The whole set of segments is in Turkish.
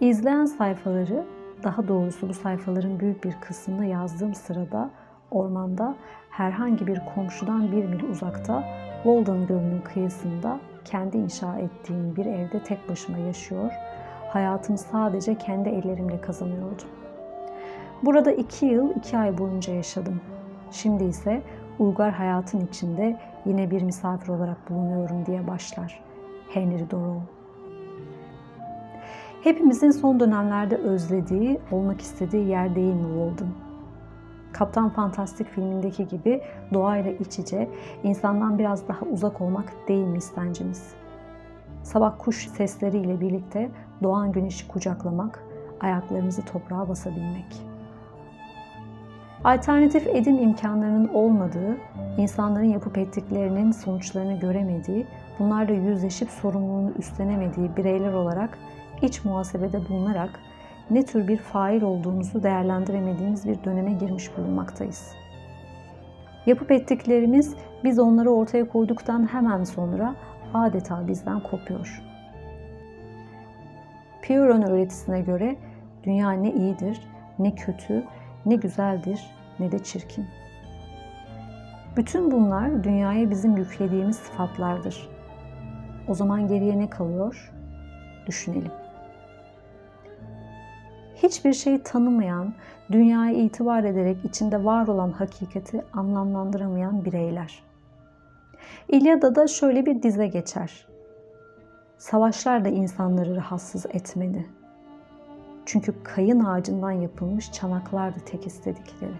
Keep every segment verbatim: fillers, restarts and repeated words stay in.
İzleyen sayfaları, daha doğrusu bu sayfaların büyük bir kısmını yazdığım sırada ormanda herhangi bir komşudan bir mil uzakta Walden Gölü'nün kıyısında kendi inşa ettiğim bir evde tek başıma yaşıyor, hayatımı sadece kendi ellerimle kazanıyordum. Burada iki yıl, iki ay boyunca yaşadım. Şimdi ise uygar hayatın içinde yine bir misafir olarak bulunuyorum diye başlar Henry Thoreau. Hepimizin son dönemlerde özlediği, olmak istediği yer değil mi Walden? Kaptan Fantastik filmindeki gibi doğayla iç içe, insandan biraz daha uzak olmak değil mi istencimiz? Sabah kuş sesleriyle birlikte doğan güneşi kucaklamak, ayaklarımızı toprağa basabilmek. Alternatif edim imkanlarının olmadığı, insanların yapıp ettiklerinin sonuçlarını göremediği, bunlarla yüzleşip sorumluluğunu üstlenemediği bireyler olarak iç muhasebede bulunarak ne tür bir fail olduğumuzu değerlendiremediğimiz bir döneme girmiş bulunmaktayız. Yapıp ettiklerimiz biz onları ortaya koyduktan hemen sonra adeta bizden kopuyor. Peyron öğretisine göre dünya ne iyidir, ne kötü, ne güzeldir, ne de çirkin. Bütün bunlar dünyaya bizim yüklediğimiz sıfatlardır. O zaman geriye ne kalıyor? Düşünelim. Hiçbir şeyi tanımayan, dünyaya itibar ederek içinde var olan hakikati anlamlandıramayan bireyler. İlyada'da şöyle bir dize geçer. Savaşlar da insanları rahatsız etmedi. Çünkü kayın ağacından yapılmış çanaklardı tek istedikleri.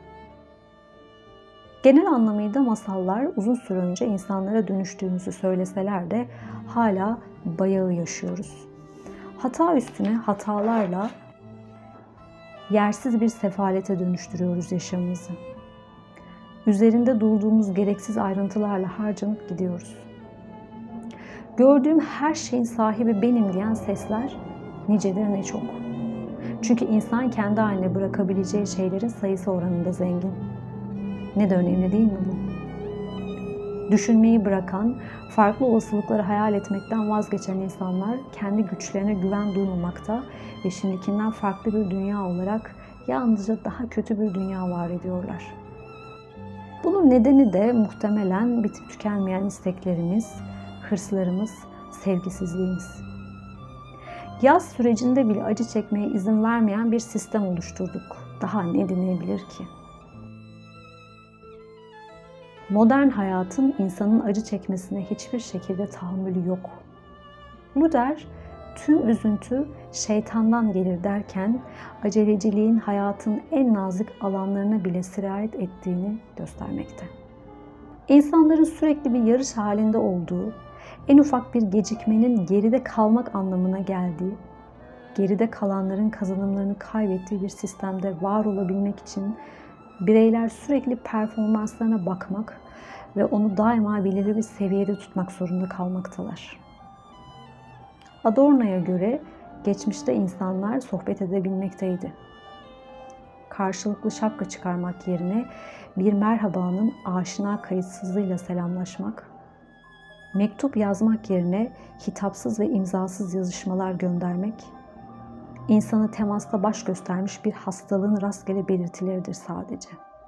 Genel anlamıyla masallar uzun süre önce insanlara dönüştüğümüzü söyleseler de hala bayağı yaşıyoruz. Hata üstüne hatalarla yersiz bir sefalete dönüştürüyoruz yaşamımızı. Üzerinde durduğumuz gereksiz ayrıntılarla harcanıp gidiyoruz. Gördüğüm her şeyin sahibi benim diyen sesler nicedir ne çok. Çünkü insan kendi haline bırakabileceği şeylerin sayısı oranında zengin. Ne de önemli değil mi bu? Düşünmeyi bırakan, farklı olasılıkları hayal etmekten vazgeçen insanlar kendi güçlerine güven duymamakta ve şimdikinden farklı bir dünya olarak yalnızca daha kötü bir dünya var ediyorlar. Bunun nedeni de muhtemelen bitip tükenmeyen isteklerimiz, hırslarımız, sevgisizliğimiz. Yaz sürecinde bile acı çekmeye izin vermeyen bir sistem oluşturduk. Daha ne deneyebilir ki? Modern hayatın insanın acı çekmesine hiçbir şekilde tahammülü yok. Luther, tüm üzüntü şeytandan gelir derken aceleciliğin hayatın en nazik alanlarına bile sirayet ettiğini göstermekte. İnsanların sürekli bir yarış halinde olduğu, en ufak bir gecikmenin geride kalmak anlamına geldiği, geride kalanların kazanımlarını kaybettiği bir sistemde var olabilmek için bireyler sürekli performanslarına bakmak ve onu daima belirli bir seviyede tutmak zorunda kalmaktalar. Adorno'ya göre geçmişte insanlar sohbet edebilmekteydi. Karşılıklı şapka çıkarmak yerine bir merhabanın aşina kayıtsızlığıyla selamlaşmak, mektup yazmak yerine hitapsız ve imzasız yazışmalar göndermek, insanı temasta baş göstermiş bir hastalığın rastgele belirtileridir sadece.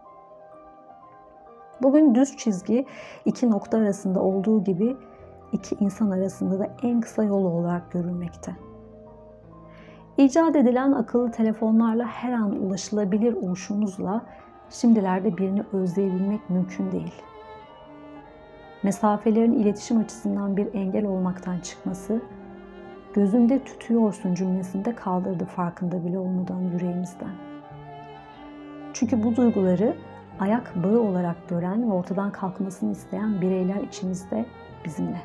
Bugün düz çizgi iki nokta arasında olduğu gibi iki insan arasında da en kısa yol olarak görülmekte. İcat edilen akıllı telefonlarla her an ulaşılabilir oluşumuzla şimdilerde birini özleyebilmek mümkün değil. Mesafelerin iletişim açısından bir engel olmaktan çıkması, gözünde tütüyorsun cümlesinde kaldırdı farkında bile olmadan yüreğimizden. Çünkü bu duyguları ayak bağı olarak gören ve ortadan kalkmasını isteyen bireyler içimizde bizimle.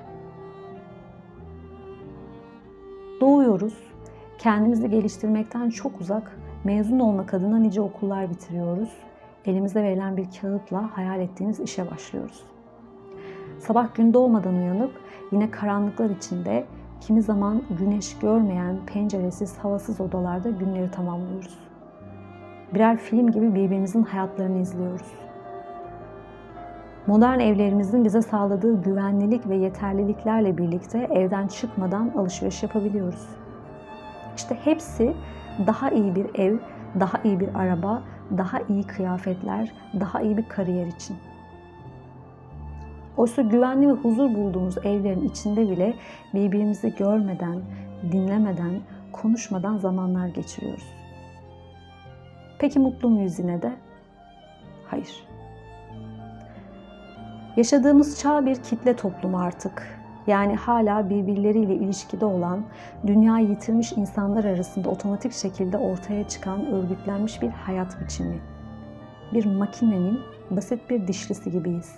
Doğuyoruz, kendimizi geliştirmekten çok uzak, mezun olmak adına nice okullar bitiriyoruz. Elimize verilen bir kağıtla hayal ettiğimiz işe başlıyoruz. Sabah gün doğmadan uyanıp yine karanlıklar içinde kimi zaman güneş görmeyen, penceresiz, havasız odalarda günleri tamamlıyoruz. Birer film gibi birbirimizin hayatlarını izliyoruz. Modern evlerimizin bize sağladığı güvenlilik ve yeterliliklerle birlikte evden çıkmadan alışveriş yapabiliyoruz. İşte hepsi daha iyi bir ev, daha iyi bir araba, daha iyi kıyafetler, daha iyi bir kariyer için. Oysa güvenli ve huzur bulduğumuz evlerin içinde bile birbirimizi görmeden, dinlemeden, konuşmadan zamanlar geçiriyoruz. Peki mutlu muyuz yine de? Hayır. Yaşadığımız çağ bir kitle toplumu artık. Yani hala birbirleriyle ilişkide olan, dünyayı yitirmiş insanlar arasında otomatik şekilde ortaya çıkan örgütlenmiş bir hayat biçimi. Bir makinenin basit bir dişlisi gibiyiz.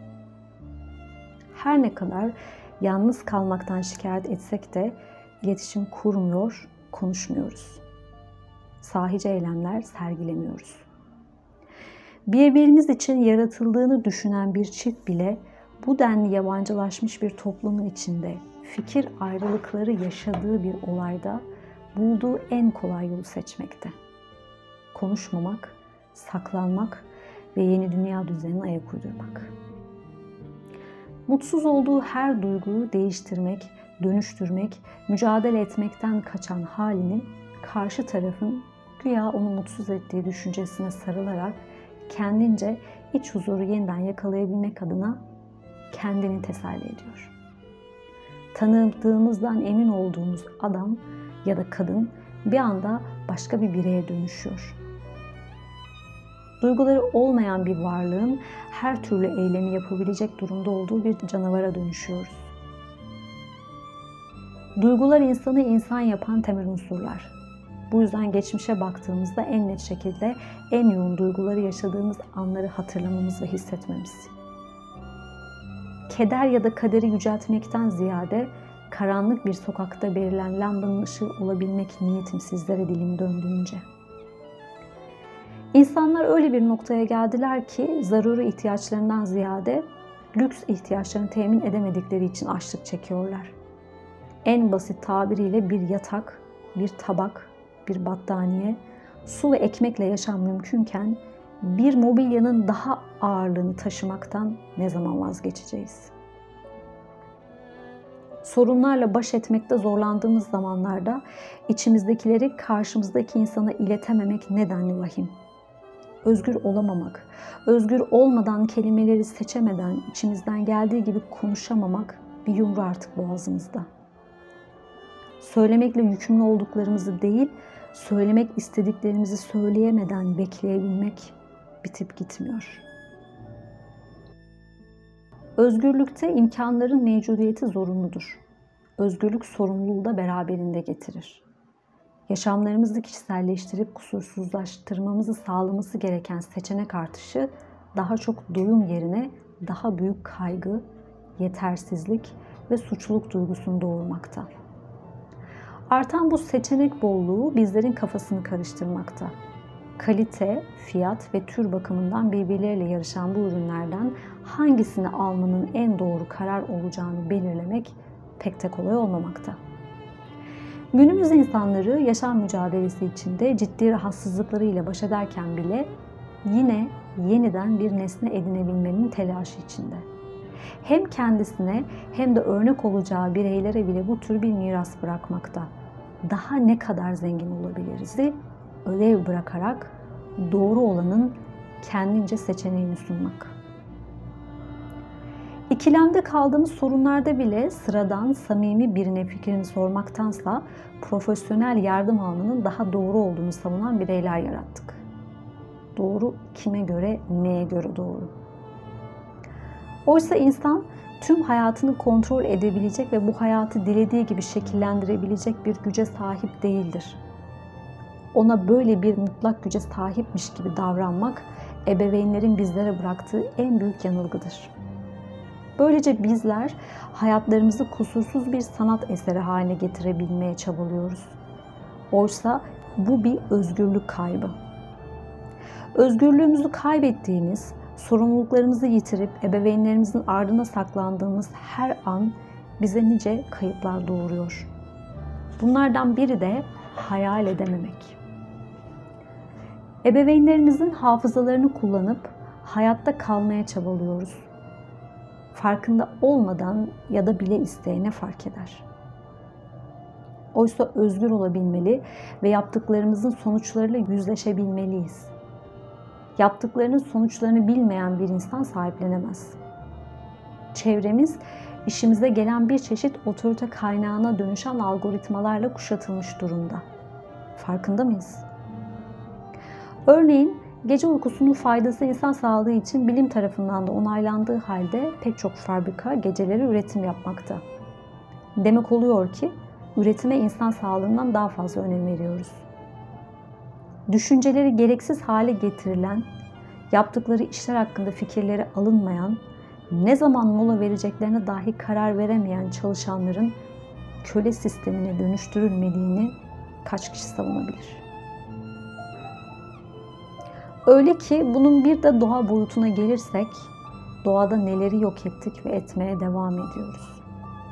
Her ne kadar yalnız kalmaktan şikayet etsek de iletişim kurmuyor, konuşmuyoruz. Sahici eylemler sergilemiyoruz. Birbirimiz için yaratıldığını düşünen bir çift bile bu denli yabancılaşmış bir toplumun içinde fikir ayrılıkları yaşadığı bir olayda bulduğu en kolay yolu seçmekte. Konuşmamak, saklanmak ve yeni dünya düzenine ayak uydurmak. Mutsuz olduğu her duyguyu değiştirmek, dönüştürmek, mücadele etmekten kaçan halini karşı tarafın güya onu mutsuz ettiği düşüncesine sarılarak kendince iç huzuru yeniden yakalayabilmek adına kendini teselli ediyor. Tanıdığımızdan emin olduğumuz adam ya da kadın bir anda başka bir bireye dönüşüyor. Duyguları olmayan bir varlığın her türlü eylemi yapabilecek durumda olduğu bir canavara dönüşüyoruz. Duygular insanı insan yapan temel unsurlar. Bu yüzden geçmişe baktığımızda en net şekilde en yoğun duyguları yaşadığımız anları hatırlamamız ve hissetmemiz. Keder ya da kaderi yüceltmekten ziyade karanlık bir sokakta verilen lambanın ışığı olabilmek niyetim sizlere dilim döndüğünce. İnsanlar öyle bir noktaya geldiler ki zaruri ihtiyaçlarından ziyade lüks ihtiyaçlarını temin edemedikleri için açlık çekiyorlar. En basit tabiriyle bir yatak, bir tabak, bir battaniye, su ve ekmekle yaşam mümkünken bir mobilyanın daha ağırlığını taşımaktan ne zaman vazgeçeceğiz? Sorunlarla baş etmekte zorlandığımız zamanlarda içimizdekileri karşımızdaki insana iletememek nedenli vahim. Özgür olamamak, özgür olmadan kelimeleri seçemeden içimizden geldiği gibi konuşamamak bir yumru artık boğazımızda. Söylemekle yükümlü olduklarımızı değil, söylemek istediklerimizi söyleyemeden bekleyebilmek bitip gitmiyor. Özgürlükte imkanların mevcudiyeti zorunludur. Özgürlük sorumluluğu da beraberinde getirir. Yaşamlarımızı kişiselleştirip kusursuzlaştırmamızı sağlaması gereken seçenek artışı daha çok doyum yerine daha büyük kaygı, yetersizlik ve suçluluk duygusunu doğurmakta. Artan bu seçenek bolluğu bizlerin kafasını karıştırmakta. Kalite, fiyat ve tür bakımından birbirleriyle yarışan bu ürünlerden hangisini almanın en doğru karar olacağını belirlemek pek de kolay olmamakta. Günümüz insanları yaşam mücadelesi içinde ciddi rahatsızlıklarıyla baş ederken bile yine yeniden bir nesne edinebilmenin telaşı içinde. Hem kendisine hem de örnek olacağı bireylere bile bu tür bir miras bırakmakta. Daha ne kadar zengin olabiliriz'i ödev bırakarak doğru olanın kendince seçeneğini sunmak. İkilemde kaldığımız sorunlarda bile sıradan, samimi birine fikrini sormaktansa profesyonel yardım almanın daha doğru olduğunu savunan bireyler yarattık. Doğru kime göre, neye göre doğru? Oysa insan tüm hayatını kontrol edebilecek ve bu hayatı dilediği gibi şekillendirebilecek bir güce sahip değildir. Ona böyle bir mutlak güce sahipmiş gibi davranmak, ebeveynlerin bizlere bıraktığı en büyük yanılgıdır. Böylece bizler hayatlarımızı kusursuz bir sanat eseri haline getirebilmeye çabalıyoruz. Oysa bu bir özgürlük kaybı. Özgürlüğümüzü kaybettiğimiz, sorumluluklarımızı yitirip ebeveynlerimizin ardına saklandığımız her an bize nice kayıplar doğuruyor. Bunlardan biri de hayal edememek. Ebeveynlerimizin hafızalarını kullanıp hayatta kalmaya çabalıyoruz. Farkında olmadan ya da bile isteyene fark eder. Oysa özgür olabilmeli ve yaptıklarımızın sonuçlarıyla yüzleşebilmeliyiz. Yaptıklarının sonuçlarını bilmeyen bir insan sahiplenemez. Çevremiz, işimize gelen bir çeşit otorite kaynağına dönüşen algoritmalarla kuşatılmış durumda. Farkında mıyız? Örneğin, gece uykusunun faydası insan sağlığı için bilim tarafından da onaylandığı halde pek çok fabrika geceleri üretim yapmakta. Demek oluyor ki, üretime insan sağlığından daha fazla önem veriyoruz. Düşünceleri gereksiz hale getirilen, yaptıkları işler hakkında fikirleri alınmayan, ne zaman mola vereceklerine dahi karar veremeyen çalışanların köle sistemine dönüştürülmediğini kaç kişi savunabilir? Öyle ki bunun bir de doğa boyutuna gelirsek, doğada neleri yok ettik ve etmeye devam ediyoruz.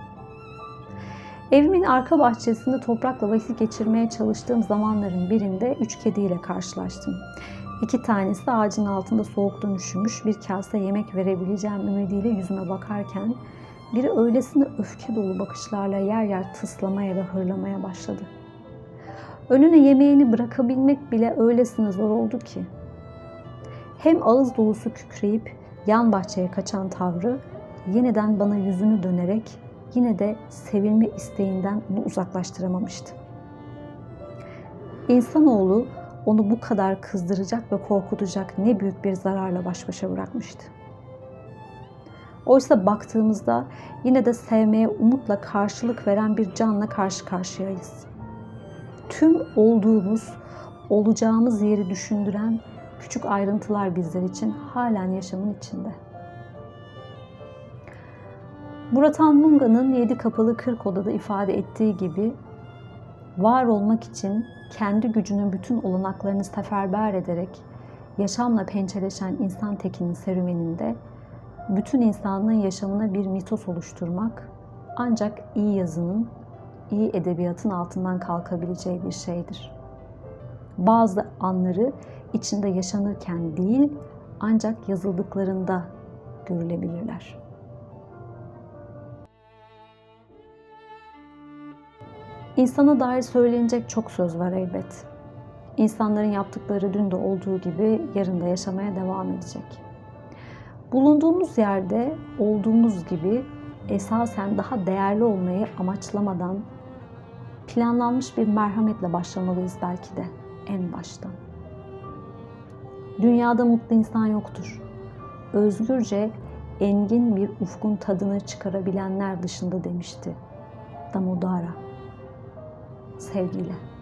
Evimin arka bahçesinde toprakla vakit geçirmeye çalıştığım zamanların birinde üç kediyle karşılaştım. İki tanesi ağacın altında soğuktan üşümüş, bir kase yemek verebileceğim ümidiyle yüzüme bakarken, biri öylesine öfke dolu bakışlarla yer yer tıslamaya ve hırlamaya başladı. Önüne yemeğini bırakabilmek bile öylesine zor oldu ki. Hem ağız dolusu kükreyip yan bahçeye kaçan tavrı, yeniden bana yüzünü dönerek yine de sevilme isteğinden onu uzaklaştıramamıştı. İnsanoğlu onu bu kadar kızdıracak ve korkutacak ne büyük bir zararla baş başa bırakmıştı. Oysa baktığımızda yine de sevmeye umutla karşılık veren bir canla karşı karşıyayız. Tüm olduğumuz, olacağımız yeri düşündüren küçük ayrıntılar bizler için halen yaşamın içinde. Murat Anmunga'nın Yedi Kapılı Kırk Oda'da ifade ettiği gibi, var olmak için kendi gücünün bütün olanaklarını seferber ederek yaşamla pençeleşen insan tekinin serüveninde bütün insanlığın yaşamına bir mitos oluşturmak ancak iyi yazının, iyi edebiyatın altından kalkabileceği bir şeydir. Bazı anları içinde yaşanırken değil, ancak yazıldıklarında görülebilirler. İnsana dair söylenecek çok söz var elbet. İnsanların yaptıkları dün de olduğu gibi yarın da yaşamaya devam edecek. Bulunduğumuz yerde olduğumuz gibi esasen daha değerli olmayı amaçlamadan planlanmış bir merhametle başlamalıyız belki de en baştan. Dünyada mutlu insan yoktur. Özgürce engin bir ufkun tadını çıkarabilenler dışında demişti Damodara. Sevgiyle.